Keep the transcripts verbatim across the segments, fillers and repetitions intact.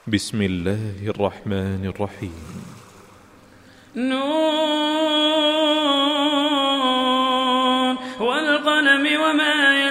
بسم الله الرحمن الرحيم. نون والقلم وما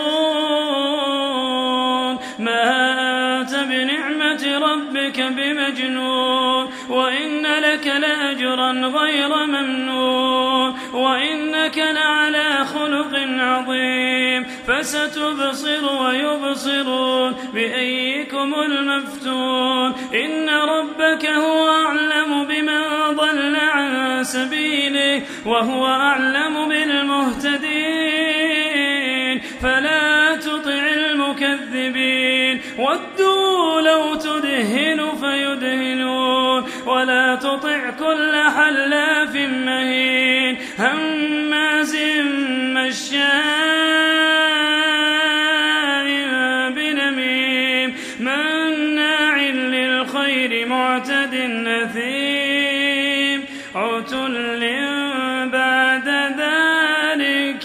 يسطرون ما أنت بنعمة ربك بمجنون وإن لك لأجرا غير ممنون وإنك لعلى خلق عظيم فستبصر ويبصرون بأيكم المفتون إن ربك هو أعلم بمن ضل عن سبيله وهو أعلم بالمهتدين فلا تطع المكذبين ودوا لو تدهن فيدهنون ولا تطع كل حلاف مهين هماز مشاء بنميم مناع للخير معتد أثيم عتل بعد ذلك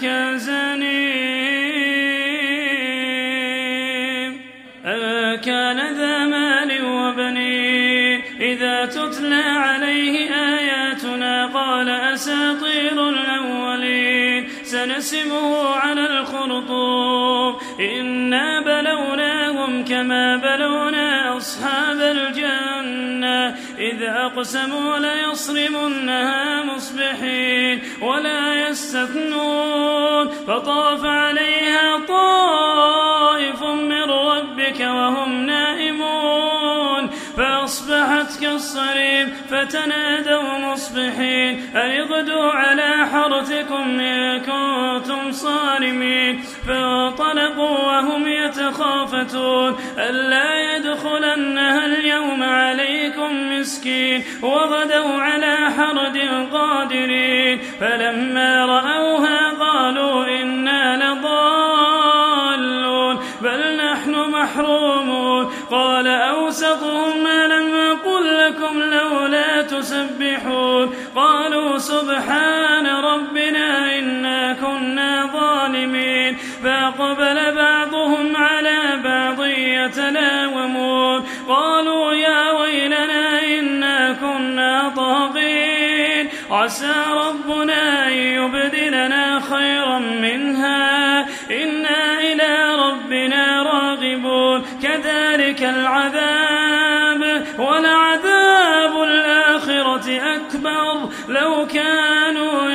زنيم أكان ذا مال وبنين إذا تتلى عليه آياتنا قال أساطير الأولين سنسمه على الخرطوم إنا بلوناهم كما بلونا أصحاب الجنة إذ أقسموا ليصرمنها مصبحين ولا يستثنون فطاف عليها طائف من ربك وهم نائمون فأصبحت كالصريم فتنادوا مصبحين أن اغدوا على حرثكم إن كنتم صارمين فانطلقوا وهم يتخافتون ألا يدخلنها اليوم عليكم مسكين وغدوا على حرد قادرين فلما رأوها قالوا إنا لضالون بل نحن محرومون قال أوسطهم ألم أقل لكم لولا تسبحون قالوا سبحان ربنا إنا كنا ظالمين فأقبل بعضهم على بعض يتلاومون قالوا يا ويلنا إنا كنا طاغين عسى ربنا أن يبدلنا خيرا منها إنا إلى ربنا راغبون كذلك العذاب ولعذاب الآخرة أكبر لو كانوا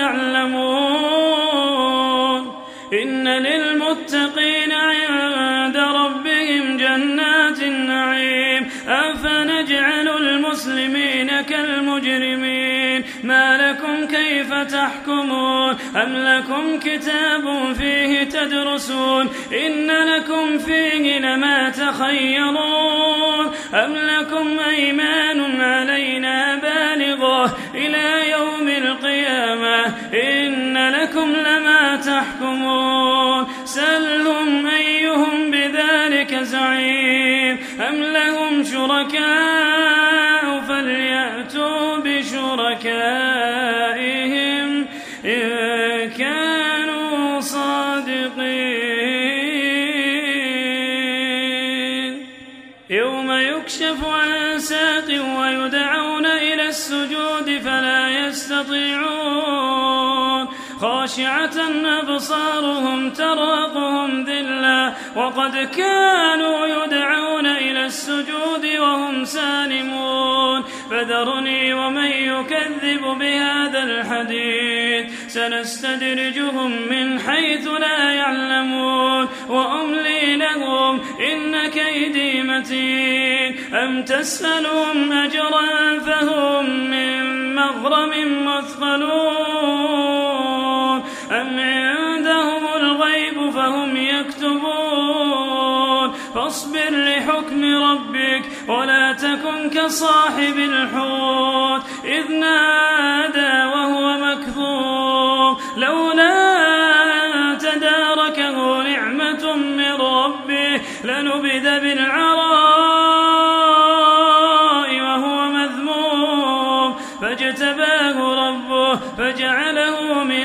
يعلمون إن للمتقين عند ربهم جنات النعيم أفنجعل المسلمين كالمجرمين ما لكم كيف تحكمون أم لكم كتاب فيه تدرسون إن لكم فيه لما تخيرون أم لكم أيمان علينا بالغة إلى يوم القيامة إن لكم لما تحكمون سلهم أيهم بذلك زعيم أم لهم شركاء فليأتوا بشركائهم إن كانوا صادقين يوم يكشف عن ساق ويدعون إلى السجود فلا يستطيعون خاشعة أبصارهم ترهقهم ذلة وقد كانوا يدعون إلى السجود وهم سالمون فذرني ومن يكذب بهذا الحديث سنستدرجهم من حيث لا يعلمون وأملي لهم إن كيدي متين أم تسألهم أجرا فهم من مغرم مثقلون أم عندهم الغيب فهم يكتبون فاصبر لحكم ربك ولا تكن كصاحب الحوت إذ نادى وهو مكظوم لولا تداركه نعمة من ربه لنبذ بالعراء وهو مذموم فاجتباه ربه فجعله من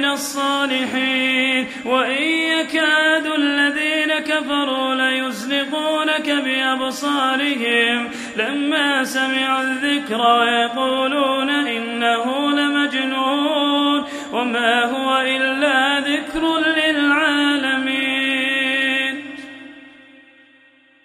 الصالحين وإن يكاد الذين كفروا ليزلقونك بأبصارهم بأبصارهم لما سمعوا الذكر ويقولون إنه لمجنون وما هو إلا ذكر